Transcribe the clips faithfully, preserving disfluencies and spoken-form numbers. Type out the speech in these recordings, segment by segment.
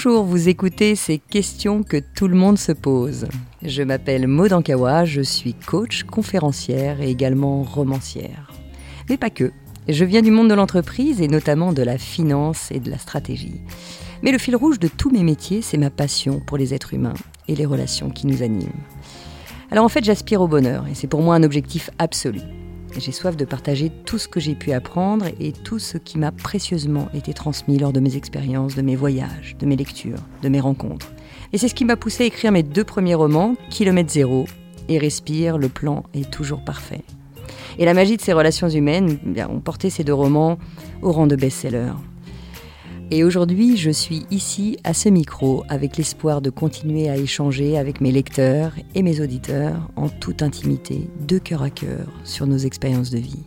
Bonjour, vous écoutez ces questions que tout le monde se pose. Je m'appelle Maud Ankawa, je suis coach, conférencière et également romancière. Mais pas que. Je viens du monde de l'entreprise et notamment de la finance et de la stratégie. Mais le fil rouge de tous mes métiers, c'est ma passion pour les êtres humains et les relations qui nous animent. Alors en fait, j'aspire au bonheur et c'est pour moi un objectif absolu. J'ai soif de partager tout ce que j'ai pu apprendre et tout ce qui m'a précieusement été transmis lors de mes expériences, de mes voyages, de mes lectures, de mes rencontres. Et c'est ce qui m'a poussé à écrire mes deux premiers romans, Kilomètre Zéro et Respire, le plan est toujours parfait. Et la magie de ces relations humaines eh bien, ont porté ces deux romans au rang de best-sellers. Et aujourd'hui, je suis ici à ce micro avec l'espoir de continuer à échanger avec mes lecteurs et mes auditeurs en toute intimité, de cœur à cœur, sur nos expériences de vie.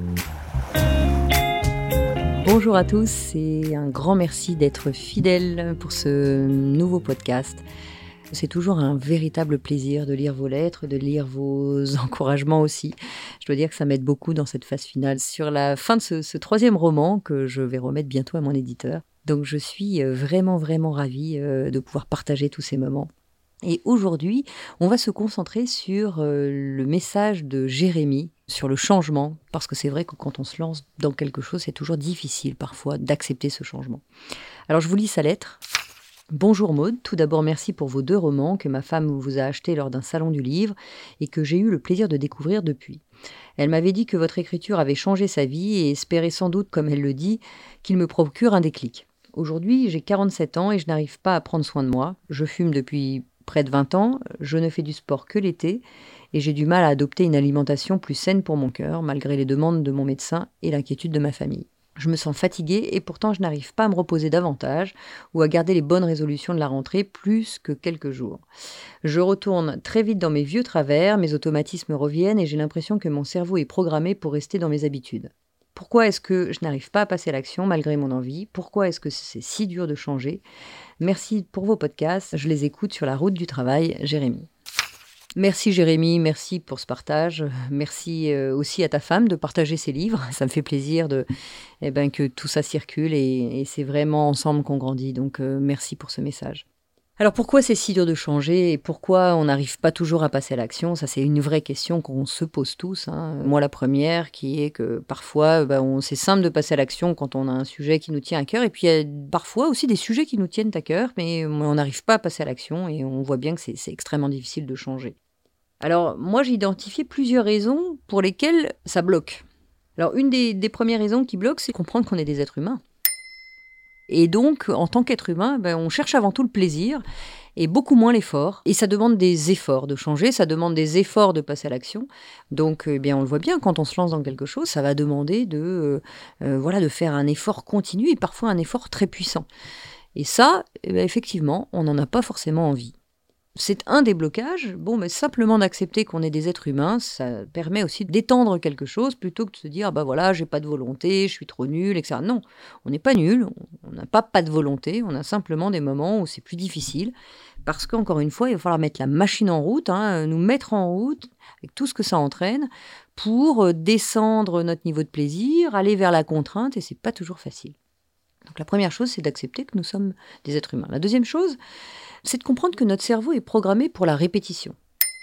Bonjour à tous et un grand merci d'être fidèles pour ce nouveau podcast. C'est toujours un véritable plaisir de lire vos lettres, de lire vos encouragements aussi. Je dois dire que ça m'aide beaucoup dans cette phase finale sur la fin de ce, ce troisième roman que je vais remettre bientôt à mon éditeur. Donc je suis vraiment, vraiment ravie de pouvoir partager tous ces moments. Et aujourd'hui, on va se concentrer sur le message de Jérémie, sur le changement, parce que c'est vrai que quand on se lance dans quelque chose, c'est toujours difficile parfois d'accepter ce changement. Alors je vous lis sa lettre. Bonjour Maud, tout d'abord merci pour vos deux romans que ma femme vous a achetés lors d'un salon du livre et que j'ai eu le plaisir de découvrir depuis. Elle m'avait dit que votre écriture avait changé sa vie et espérait sans doute, comme elle le dit, qu'il me procure un déclic. Aujourd'hui, j'ai quarante-sept ans et je n'arrive pas à prendre soin de moi. Je fume depuis près de vingt ans, je ne fais du sport que l'été et j'ai du mal à adopter une alimentation plus saine pour mon cœur, malgré les demandes de mon médecin et l'inquiétude de ma famille. Je me sens fatiguée et pourtant je n'arrive pas à me reposer davantage ou à garder les bonnes résolutions de la rentrée plus que quelques jours. Je retourne très vite dans mes vieux travers, mes automatismes reviennent et j'ai l'impression que mon cerveau est programmé pour rester dans mes habitudes. Pourquoi est-ce que je n'arrive pas à passer à l'action malgré mon envie ? Pourquoi est-ce que c'est si dur de changer ? Merci pour vos podcasts, je les écoute sur la route du travail, Jérémie. Merci Jérémie, merci pour ce partage. Merci aussi à ta femme de partager ses livres. Ça me fait plaisir de, eh ben, que tout ça circule et, et c'est vraiment ensemble qu'on grandit. Donc euh, merci pour ce message. Alors pourquoi c'est si dur de changer et pourquoi on n'arrive pas toujours à passer à l'action ? Ça c'est une vraie question qu'on se pose tous. Hein. Moi la première qui est que parfois ben, on, c'est simple de passer à l'action quand on a un sujet qui nous tient à cœur et puis il y a parfois aussi des sujets qui nous tiennent à cœur mais on n'arrive pas à passer à l'action et on voit bien que c'est, c'est extrêmement difficile de changer. Alors, moi, j'ai identifié plusieurs raisons pour lesquelles ça bloque. Alors, une des, des premières raisons qui bloque, c'est comprendre qu'on est des êtres humains. Et donc, en tant qu'être humain, ben, on cherche avant tout le plaisir et beaucoup moins l'effort. Et ça demande des efforts de changer, ça demande des efforts de passer à l'action. Donc, eh bien, on le voit bien, quand on se lance dans quelque chose, ça va demander de, euh, euh, voilà, de faire un effort continu et parfois un effort très puissant. Et ça, eh bien, effectivement, on n'en a pas forcément envie. C'est un des blocages, bon, mais simplement d'accepter qu'on est des êtres humains, ça permet aussi d'étendre quelque chose plutôt que de se dire, ah bah voilà, j'ai pas de volonté, je suis trop nul, et cetera. Non, on n'est pas nul, on n'a pas pas de volonté, on a simplement des moments où c'est plus difficile, parce qu'encore une fois, il va falloir mettre la machine en route, hein, nous mettre en route, avec tout ce que ça entraîne, pour descendre notre niveau de plaisir, aller vers la contrainte, et c'est pas toujours facile. Donc la première chose, c'est d'accepter que nous sommes des êtres humains. La deuxième chose, c'est de comprendre que notre cerveau est programmé pour la répétition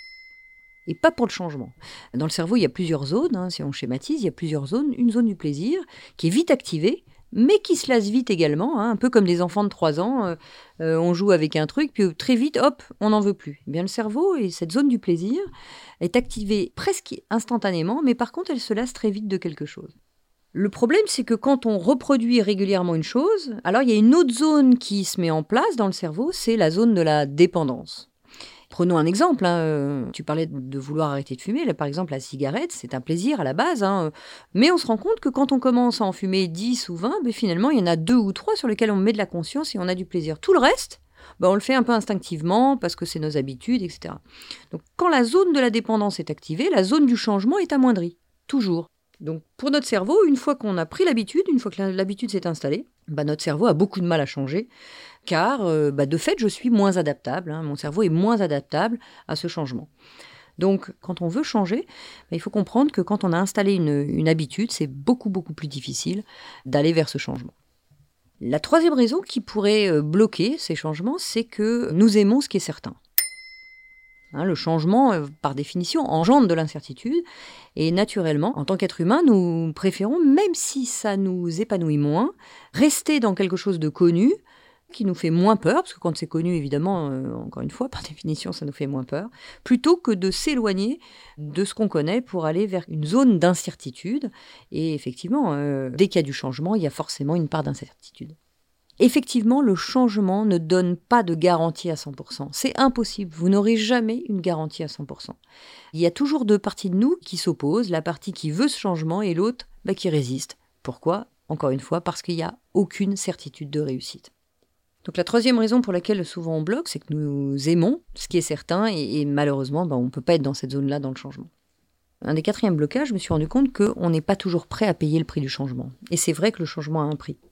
et pas pour le changement. Dans le cerveau, il y a plusieurs zones, hein, si on schématise, il y a plusieurs zones. Une zone du plaisir qui est vite activée, mais qui se lasse vite également, hein, un peu comme des enfants de trois ans, euh, euh, on joue avec un truc, puis très vite, hop, on n'en veut plus. Eh bien, le cerveau, et cette zone du plaisir, est activée presque instantanément, mais par contre, elle se lasse très vite de quelque chose. Le problème, c'est que quand on reproduit régulièrement une chose, alors il y a une autre zone qui se met en place dans le cerveau, c'est la zone de la dépendance. Prenons un exemple, hein, tu parlais de vouloir arrêter de fumer, là, par exemple la cigarette, c'est un plaisir à la base, hein, mais on se rend compte que quand on commence à en fumer dix ou vingt, ben finalement il y en a deux ou trois sur lesquels on met de la conscience et on a du plaisir. Tout le reste, ben on le fait un peu instinctivement parce que c'est nos habitudes, et cetera. Donc quand la zone de la dépendance est activée, la zone du changement est amoindrie, toujours. Donc pour notre cerveau, une fois qu'on a pris l'habitude, une fois que l'habitude s'est installée, bah notre cerveau a beaucoup de mal à changer, car euh, bah de fait, je suis moins adaptable, hein, mon cerveau est moins adaptable à ce changement. Donc quand on veut changer, bah, il faut comprendre que quand on a installé une, une habitude, c'est beaucoup beaucoup plus difficile d'aller vers ce changement. La troisième raison qui pourrait bloquer ces changements, c'est que nous aimons ce qui est certain. Hein, le changement, euh, par définition, engendre de l'incertitude. Et naturellement, en tant qu'être humain, nous préférons, même si ça nous épanouit moins, rester dans quelque chose de connu, qui nous fait moins peur, parce que quand c'est connu, évidemment, euh, encore une fois, par définition, ça nous fait moins peur, plutôt que de s'éloigner de ce qu'on connaît pour aller vers une zone d'incertitude. Et effectivement, euh, dès qu'il y a du changement, il y a forcément une part d'incertitude. Effectivement, le changement ne donne pas de garantie à cent pour cent. C'est impossible. Vous n'aurez jamais une garantie à cent pour cent. Il y a toujours deux parties de nous qui s'opposent, la partie qui veut ce changement et l'autre bah, qui résiste. Pourquoi ? Encore une fois, parce qu'il n'y a aucune certitude de réussite. Donc la troisième raison pour laquelle souvent on bloque, c'est que nous aimons ce qui est certain et, et malheureusement, bah, on ne peut pas être dans cette zone-là dans le changement. Un des quatrièmes blocages, je me suis rendu compte qu'on n'est pas toujours prêt à payer le prix du changement. Et c'est vrai que le changement a un prix.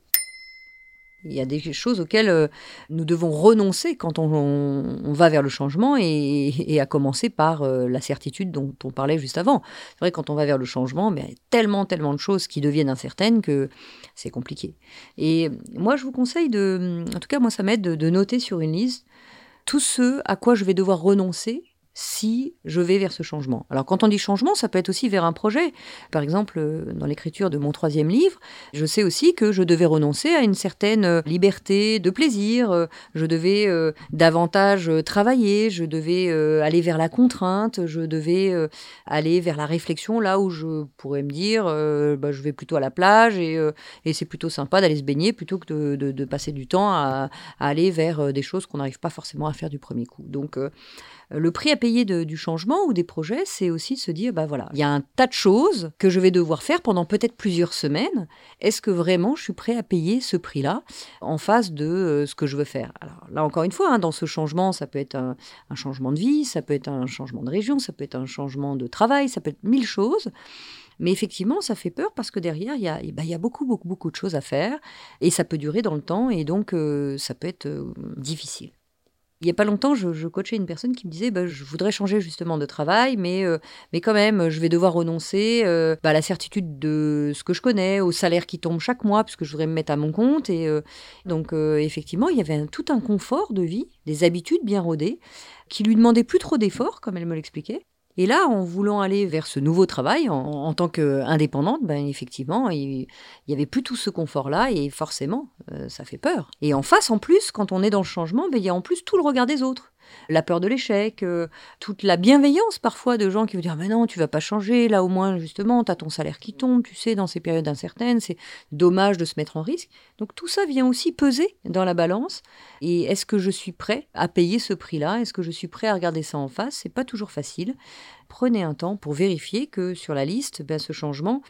Il y a des choses auxquelles euh, nous devons renoncer quand on, on, on va vers le changement et, et à commencer par euh, la certitude dont on parlait juste avant. C'est vrai que quand on va vers le changement, ben, il y a tellement, tellement de choses qui deviennent incertaines que c'est compliqué. Et moi, je vous conseille de, en tout cas, moi, ça m'aide de, de noter sur une liste tout ce à quoi je vais devoir renoncer si je vais vers ce changement. Alors quand on dit changement, ça peut être aussi vers un projet. Par exemple, dans l'écriture de mon troisième livre, je sais aussi que je devais renoncer à une certaine liberté de plaisir, je devais euh, davantage travailler, je devais euh, aller vers la contrainte, je devais euh, aller vers la réflexion, là où je pourrais me dire, euh, bah, je vais plutôt à la plage et, euh, et c'est plutôt sympa d'aller se baigner plutôt que de, de, de passer du temps à, à aller vers des choses qu'on n'arrive pas forcément à faire du premier coup. Donc, euh, le prix à payer de, du changement ou des projets, c'est aussi de se dire, bah voilà, il y a un tas de choses que je vais devoir faire pendant peut-être plusieurs semaines. Est-ce que vraiment je suis prêt à payer ce prix-là en face de euh, ce que je veux faire ? Alors là, encore une fois, hein, dans ce changement, ça peut être un, un changement de vie, ça peut être un changement de région, ça peut être un changement de travail, ça peut être mille choses. Mais effectivement, ça fait peur parce que derrière, il y a, bah, il y a beaucoup, beaucoup, beaucoup de choses à faire et ça peut durer dans le temps et donc euh, ça peut être euh, difficile. Il n'y a pas longtemps, je, je coachais une personne qui me disait bah, « je voudrais changer justement de travail, mais, euh, mais quand même, je vais devoir renoncer euh, bah, à la certitude de ce que je connais, au salaire qui tombe chaque mois, puisque je voudrais me mettre à mon compte. » Et euh, donc, euh, effectivement, il y avait un, tout un confort de vie, des habitudes bien rodées, qui lui demandaient plus trop d'efforts, comme elle me l'expliquait. Et là, en voulant aller vers ce nouveau travail, en, en tant qu'indépendante, ben effectivement, il n'y avait plus tout ce confort-là et forcément, euh, ça fait peur. Et en face, en plus, quand on est dans le changement, ben, il y a en plus tout le regard des autres. La peur de l'échec, euh, toute la bienveillance parfois de gens qui vous disent « mais non, tu vas pas changer, là au moins justement, tu as ton salaire qui tombe, tu sais, dans ces périodes incertaines, c'est dommage de se mettre en risque. » Donc tout ça vient aussi peser dans la balance. Et est-ce que je suis prêt à payer ce prix-là ? Est-ce que je suis prêt à regarder ça en face ? C'est pas toujours facile. Prenez un temps pour vérifier que sur la liste, ben, ce changement,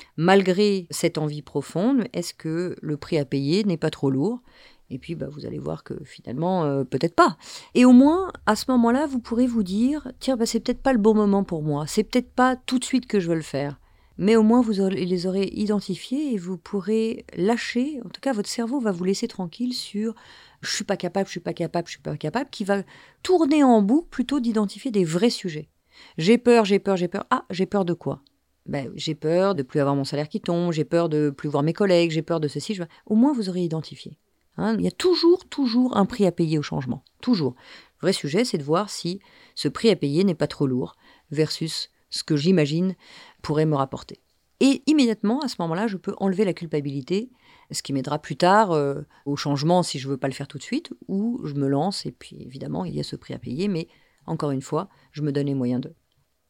malgré cette envie profonde, est-ce que le prix à payer n'est pas trop lourd ? Et puis, bah, vous allez voir que finalement, euh, peut-être pas. Et au moins, à ce moment-là, vous pourrez vous dire, tiens, bah, c'est peut-être pas le bon moment pour moi. C'est peut-être pas tout de suite que je veux le faire. Mais au moins, vous aurez, les aurez identifiés et vous pourrez lâcher. En tout cas, votre cerveau va vous laisser tranquille sur « je suis pas capable, je suis pas capable, je suis pas capable », qui va tourner en boucle plutôt d'identifier des vrais sujets. J'ai peur, j'ai peur, j'ai peur. Ah, j'ai peur de quoi ? Ben, j'ai peur de plus avoir mon salaire qui tombe, j'ai peur de plus voir mes collègues, j'ai peur de ceci. Je... Au moins, vous aurez identifié. Hein, il y a toujours, toujours un prix à payer au changement. Toujours. Le vrai sujet, c'est de voir si ce prix à payer n'est pas trop lourd versus ce que j'imagine pourrait me rapporter. Et immédiatement, à ce moment-là, je peux enlever la culpabilité, ce qui m'aidera plus tard euh, au changement si je ne veux pas le faire tout de suite, ou je me lance et puis évidemment, il y a ce prix à payer, mais encore une fois, je me donne les moyens de.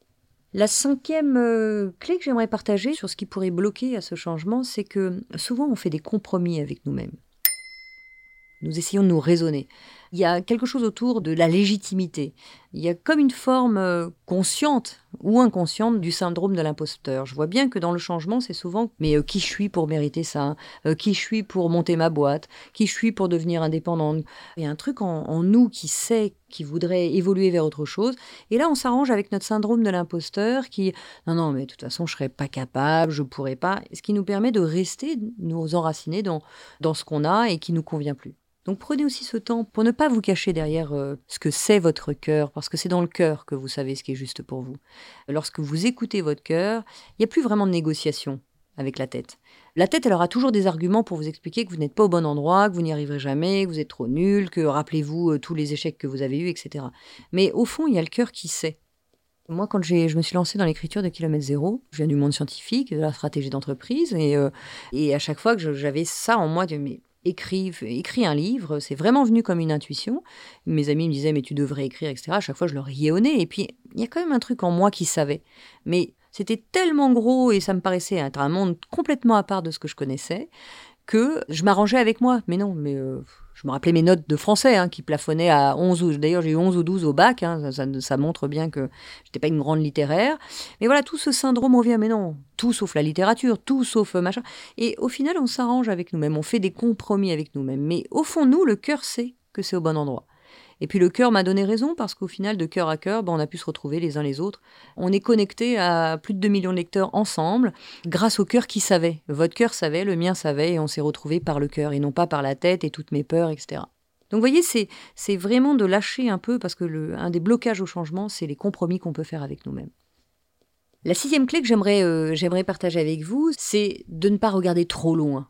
La cinquième euh, clé que j'aimerais partager sur ce qui pourrait bloquer à ce changement, c'est que souvent on fait des compromis avec nous-mêmes. Nous essayons de nous raisonner. Il y a quelque chose autour de la légitimité. Il y a comme une forme euh, consciente ou inconsciente du syndrome de l'imposteur. Je vois bien que dans le changement, c'est souvent « mais euh, qui je suis pour mériter ça euh, Qui je suis pour monter ma boîte ? Qui je suis pour devenir indépendante ?» Il y a un truc en, en nous qui sait, qui voudrait évoluer vers autre chose. Et là, on s'arrange avec notre syndrome de l'imposteur qui « non, non, mais de toute façon, je ne serais pas capable, je ne pourrais pas ». Ce qui nous permet de rester, nous enraciner dans, dans ce qu'on a et qui ne nous convient plus. Donc prenez aussi ce temps pour ne pas vous cacher derrière euh, ce que c'est votre cœur, parce que c'est dans le cœur que vous savez ce qui est juste pour vous. Lorsque vous écoutez votre cœur, il n'y a plus vraiment de négociation avec la tête. La tête, elle aura toujours des arguments pour vous expliquer que vous n'êtes pas au bon endroit, que vous n'y arriverez jamais, que vous êtes trop nul, que rappelez-vous euh, tous les échecs que vous avez eus, et cetera. Mais au fond, il y a le cœur qui sait. Moi, quand j'ai, je me suis lancée dans l'écriture de Kilomètre Zéro, je viens du monde scientifique, de la stratégie d'entreprise, et, euh, et à chaque fois que je- j'avais ça en moi, de mais écris, écris un livre, c'est vraiment venu comme une intuition. Mes amis me disaient, mais tu devrais écrire, et cetera. À chaque fois, je leur riais au nez, et puis il y a quand même un truc en moi qui savait. Mais c'était tellement gros, et ça me paraissait être un monde complètement à part de ce que je connaissais, que je m'arrangeais avec moi. Mais non, mais euh, je me rappelais mes notes de français hein, qui plafonnaient à onze ou... D'ailleurs, j'ai eu onze ou douze au bac. Hein, ça, ça, ça montre bien que je n'étais pas une grande littéraire. Mais voilà, tout ce syndrome revient. Mais non, tout sauf la littérature, tout sauf euh, machin. Et au final, on s'arrange avec nous-mêmes. On fait des compromis avec nous-mêmes. Mais au fond, nous, le cœur sait que c'est au bon endroit. Et puis le cœur m'a donné raison parce qu'au final, de cœur à cœur, ben, on a pu se retrouver les uns les autres. On est connectés à plus de deux millions de lecteurs ensemble grâce au cœur qui savait. Votre cœur savait, le mien savait et on s'est retrouvés par le cœur et non pas par la tête et toutes mes peurs, et cetera. Donc vous voyez, c'est, c'est vraiment de lâcher un peu parce que le, un des blocages au changement, c'est les compromis qu'on peut faire avec nous-mêmes. La sixième clé que j'aimerais, euh, j'aimerais partager avec vous, c'est de ne pas regarder trop loin.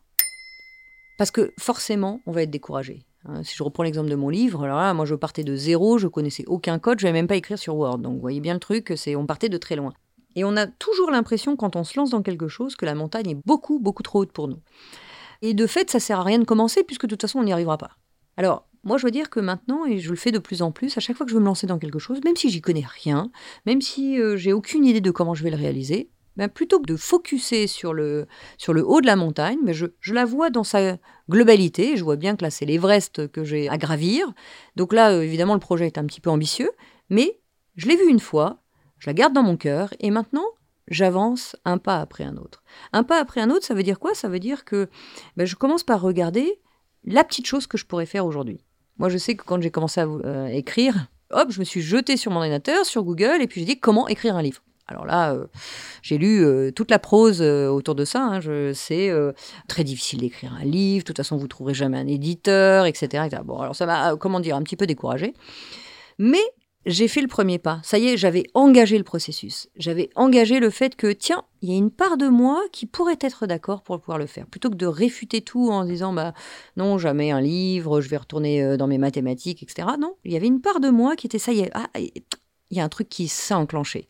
Parce que forcément, on va être découragé. Si je reprends l'exemple de mon livre, alors là, moi je partais de zéro, je connaissais aucun code, je ne savais même pas écrire sur Word. Donc vous voyez bien le truc, c'est on partait de très loin. Et on a toujours l'impression, quand on se lance dans quelque chose, que la montagne est beaucoup, beaucoup trop haute pour nous. Et de fait, ça ne sert à rien de commencer, puisque de toute façon, on n'y arrivera pas. Alors, moi je veux dire que maintenant, et je le fais de plus en plus, à chaque fois que je veux me lancer dans quelque chose, même si j'y connais rien, même si euh, j'ai aucune idée de comment je vais le réaliser, ben, plutôt que de focusser sur le, sur le haut de la montagne, ben je, je la vois dans sa globalité. Je vois bien que là, c'est l'Everest que j'ai à gravir. Donc là, euh, évidemment, le projet est un petit peu ambitieux. Mais je l'ai vu une fois, je la garde dans mon cœur. Et maintenant, j'avance un pas après un autre. Un pas après un autre, ça veut dire quoi ? Ça veut dire que ben, je commence par regarder la petite chose que je pourrais faire aujourd'hui. Moi, je sais que quand j'ai commencé à euh, écrire, hop, je me suis jetée sur mon ordinateur, sur Google, et puis j'ai dit comment écrire un livre. Alors là, euh, j'ai lu euh, toute la prose euh, autour de ça. Hein, je sais, euh, très difficile d'écrire un livre. De toute façon, vous ne trouverez jamais un éditeur, et cetera, et cetera. Bon, alors ça m'a, euh, comment dire, un petit peu découragée. Mais j'ai fait le premier pas. Ça y est, j'avais engagé le processus. J'avais engagé le fait que, tiens, il y a une part de moi qui pourrait être d'accord pour pouvoir le faire. Plutôt que de réfuter tout en disant, bah non, jamais un livre, je vais retourner euh, dans mes mathématiques, et cetera. Non, il y avait une part de moi qui était, ça y est, ah, il y a un truc qui s'est enclenché.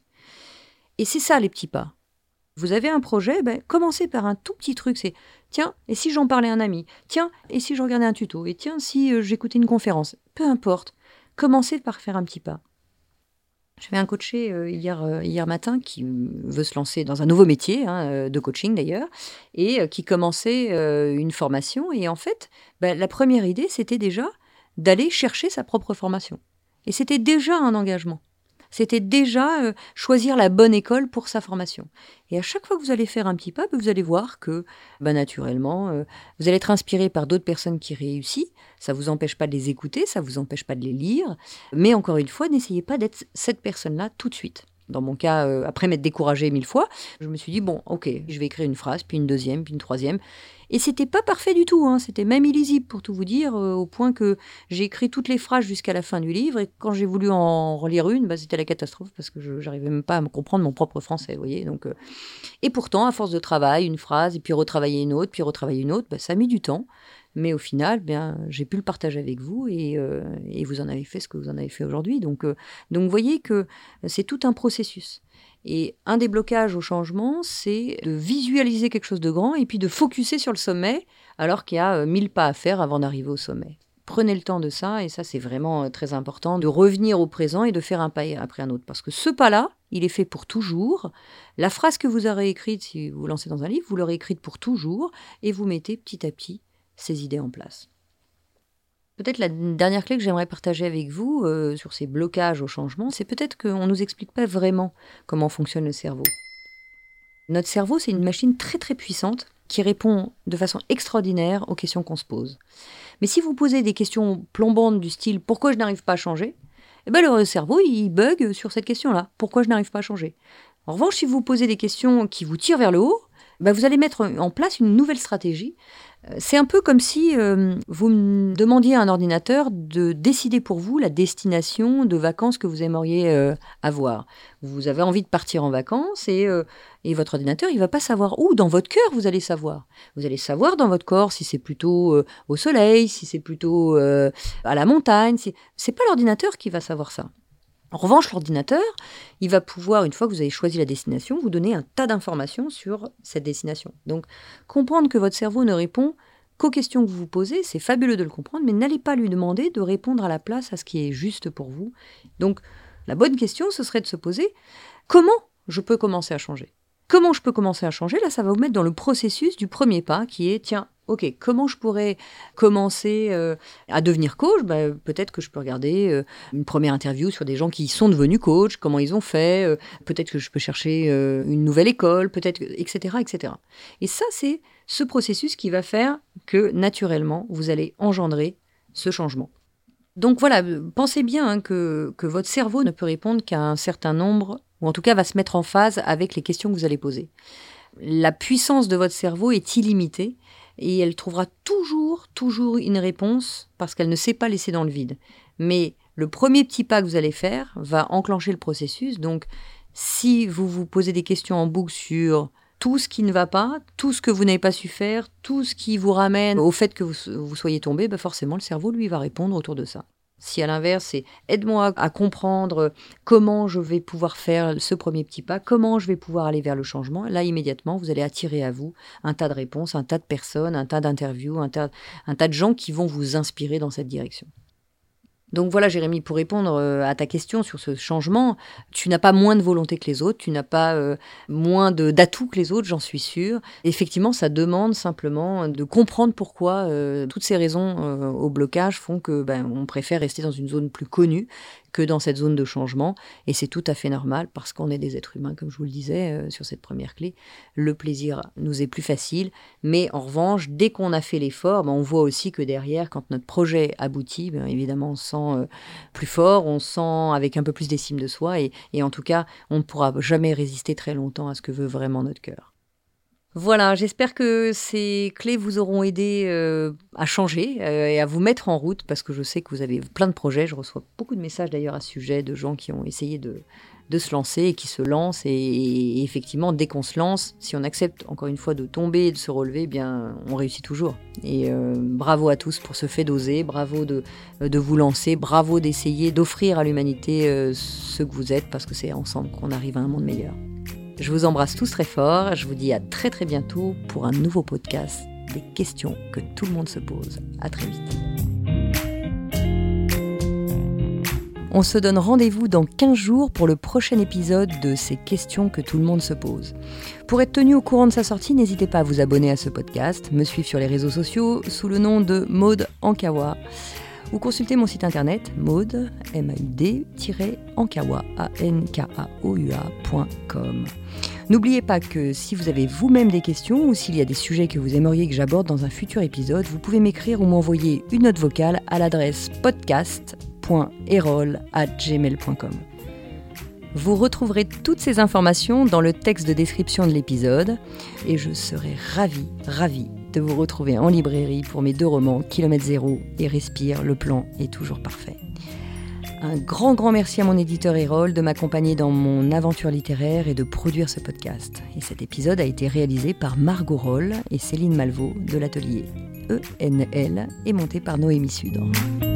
Et c'est ça, les petits pas. Vous avez un projet, ben, commencez par un tout petit truc. C'est, tiens, et si j'en parlais à un ami ? Tiens, et si je regardais un tuto ? Et tiens, si euh, j'écoutais une conférence ? Peu importe. Commencez par faire un petit pas. J'avais un coaché euh, hier, euh, hier matin qui veut se lancer dans un nouveau métier, hein, euh, de coaching d'ailleurs, et euh, qui commençait euh, une formation. Et en fait, ben, la première idée, c'était déjà d'aller chercher sa propre formation. Et c'était déjà un engagement. C'était déjà euh, choisir la bonne école pour sa formation. Et à chaque fois que vous allez faire un petit pas, vous allez voir que, bah, naturellement, euh, vous allez être inspiré par d'autres personnes qui réussissent. Ça ne vous empêche pas de les écouter, ça ne vous empêche pas de les lire. Mais encore une fois, n'essayez pas d'être cette personne-là tout de suite. Dans mon cas, euh, après m'être découragée mille fois, je me suis dit, bon, ok, je vais écrire une phrase, puis une deuxième, puis une troisième. Et c'était pas parfait du tout, hein. C'était même illisible pour tout vous dire, euh, au point que j'ai écrit toutes les phrases jusqu'à la fin du livre, et quand j'ai voulu en relire une, bah, c'était la catastrophe, parce que je n'arrivais même pas à me comprendre mon propre français, vous voyez. Donc, euh... Et pourtant, à force de travail, une phrase, et puis retravailler une autre, puis retravailler une autre, bah, ça a mis du temps. Mais au final, bien, j'ai pu le partager avec vous et, euh, et vous en avez fait ce que vous en avez fait aujourd'hui. Donc, euh, donc, vous voyez que c'est tout un processus. Et un des blocages au changement, c'est de visualiser quelque chose de grand et puis de focuser sur le sommet alors qu'il y a mille pas à faire avant d'arriver au sommet. Prenez le temps de ça et ça, c'est vraiment très important, de revenir au présent et de faire un pas après un autre. Parce que ce pas-là, il est fait pour toujours. La phrase que vous aurez écrite, si vous vous lancez dans un livre, vous l'aurez écrite pour toujours et vous mettez petit à petit ces idées en place. Peut-être la dernière clé que j'aimerais partager avec vous euh, sur ces blocages au changement, c'est peut-être qu'on ne nous explique pas vraiment comment fonctionne le cerveau. Notre cerveau, c'est une machine très très puissante qui répond de façon extraordinaire aux questions qu'on se pose. Mais si vous posez des questions plombantes du style « pourquoi je n'arrive pas à changer ?», eh ben le cerveau, il bug sur cette question-là. Pourquoi je n'arrive pas à changer ? En revanche, si vous posez des questions qui vous tirent vers le haut, bah, vous allez mettre en place une nouvelle stratégie. C'est un peu comme si euh, vous me demandiez à un ordinateur de décider pour vous la destination de vacances que vous aimeriez euh, avoir. Vous avez envie de partir en vacances et, euh, et votre ordinateur, il ne va pas savoir où. Dans votre cœur, vous allez savoir. Vous allez savoir dans votre corps si c'est plutôt euh, au soleil, si c'est plutôt euh, à la montagne. Si... Ce n'est pas l'ordinateur qui va savoir ça. En revanche, l'ordinateur, il va pouvoir, une fois que vous avez choisi la destination, vous donner un tas d'informations sur cette destination. Donc, comprendre que votre cerveau ne répond qu'aux questions que vous vous posez, c'est fabuleux de le comprendre, mais n'allez pas lui demander de répondre à la place à ce qui est juste pour vous. Donc, la bonne question, ce serait de se poser « Comment je peux commencer à changer ?» Comment je peux commencer à changer ? Là, ça va vous mettre dans le processus du premier pas qui est « Tiens, ok, comment je pourrais commencer euh, à devenir coach ? Ben, peut-être que je peux regarder euh, une première interview sur des gens qui sont devenus coach, comment ils ont fait, euh, peut-être que je peux chercher euh, une nouvelle école, peut-être, et cetera, et cetera. Et ça, c'est ce processus qui va faire que, naturellement, vous allez engendrer ce changement. Donc voilà, pensez bien hein, que, que votre cerveau ne peut répondre qu'à un certain nombre, ou en tout cas va se mettre en phase avec les questions que vous allez poser. La puissance de votre cerveau est illimitée, et elle trouvera toujours, toujours une réponse parce qu'elle ne sait pas laisser dans le vide. Mais le premier petit pas que vous allez faire va enclencher le processus. Donc, si vous vous posez des questions en boucle sur tout ce qui ne va pas, tout ce que vous n'avez pas su faire, tout ce qui vous ramène au fait que vous, vous soyez tombé, ben forcément, le cerveau, lui, va répondre autour de ça. Si à l'inverse, c'est « aide-moi à comprendre comment je vais pouvoir faire ce premier petit pas, comment je vais pouvoir aller vers le changement », là, immédiatement, vous allez attirer à vous un tas de réponses, un tas de personnes, un tas d'interviews, un tas, un tas de gens qui vont vous inspirer dans cette direction. Donc voilà, Jérémy, pour répondre à ta question sur ce changement, tu n'as pas moins de volonté que les autres, tu n'as pas euh, moins de, d'atouts que les autres, j'en suis sûre. Effectivement, ça demande simplement de comprendre pourquoi euh, toutes ces raisons euh, au blocage font que ben, on préfère rester dans une zone plus connue que dans cette zone de changement. Et c'est tout à fait normal parce qu'on est des êtres humains, comme je vous le disais euh, sur cette première clé. Le plaisir nous est plus facile, mais en revanche, dès qu'on a fait l'effort, ben, on voit aussi que derrière, quand notre projet aboutit, ben, évidemment, on se sent euh, plus fort, on se sent avec un peu plus d'estime de soi et, et en tout cas, on ne pourra jamais résister très longtemps à ce que veut vraiment notre cœur. Voilà, j'espère que ces clés vous auront aidé euh, à changer euh, et à vous mettre en route parce que je sais que vous avez plein de projets. Je reçois beaucoup de messages d'ailleurs à ce sujet de gens qui ont essayé de, de se lancer et qui se lancent. Et, et effectivement, dès qu'on se lance, si on accepte encore une fois de tomber et de se relever, eh bien, on réussit toujours. Et euh, bravo à tous pour ce fait d'oser, bravo de, de vous lancer, bravo d'essayer d'offrir à l'humanité euh, ce que vous êtes parce que c'est ensemble qu'on arrive à un monde meilleur. Je vous embrasse tous très fort, je vous dis à très très bientôt pour un nouveau podcast des questions que tout le monde se pose. À très vite. On se donne rendez-vous dans quinze jours pour le prochain épisode de ces questions que tout le monde se pose. Pour être tenu au courant de sa sortie, n'hésitez pas à vous abonner à ce podcast, me suivre sur les réseaux sociaux sous le nom de Maud Ankawa. Ou consultez mon site internet maud, M A U D, Ankawa, A N K A O U A point com. N'oubliez pas que si vous avez vous-même des questions ou s'il y a des sujets que vous aimeriez que j'aborde dans un futur épisode, vous pouvez m'écrire ou m'envoyer une note vocale à l'adresse podcast point erol arobase gmail point com. Vous retrouverez toutes ces informations dans le texte de description de l'épisode et je serai ravie, ravie de vous retrouver en librairie pour mes deux romans Kilomètre Zéro et Respire, le plan est toujours parfait. Un grand, grand merci à mon éditeur Erol de m'accompagner dans mon aventure littéraire et de produire ce podcast. Et cet épisode a été réalisé par Margot Roll et Céline Malvaux de l'atelier E N L et monté par Noémie Sudre.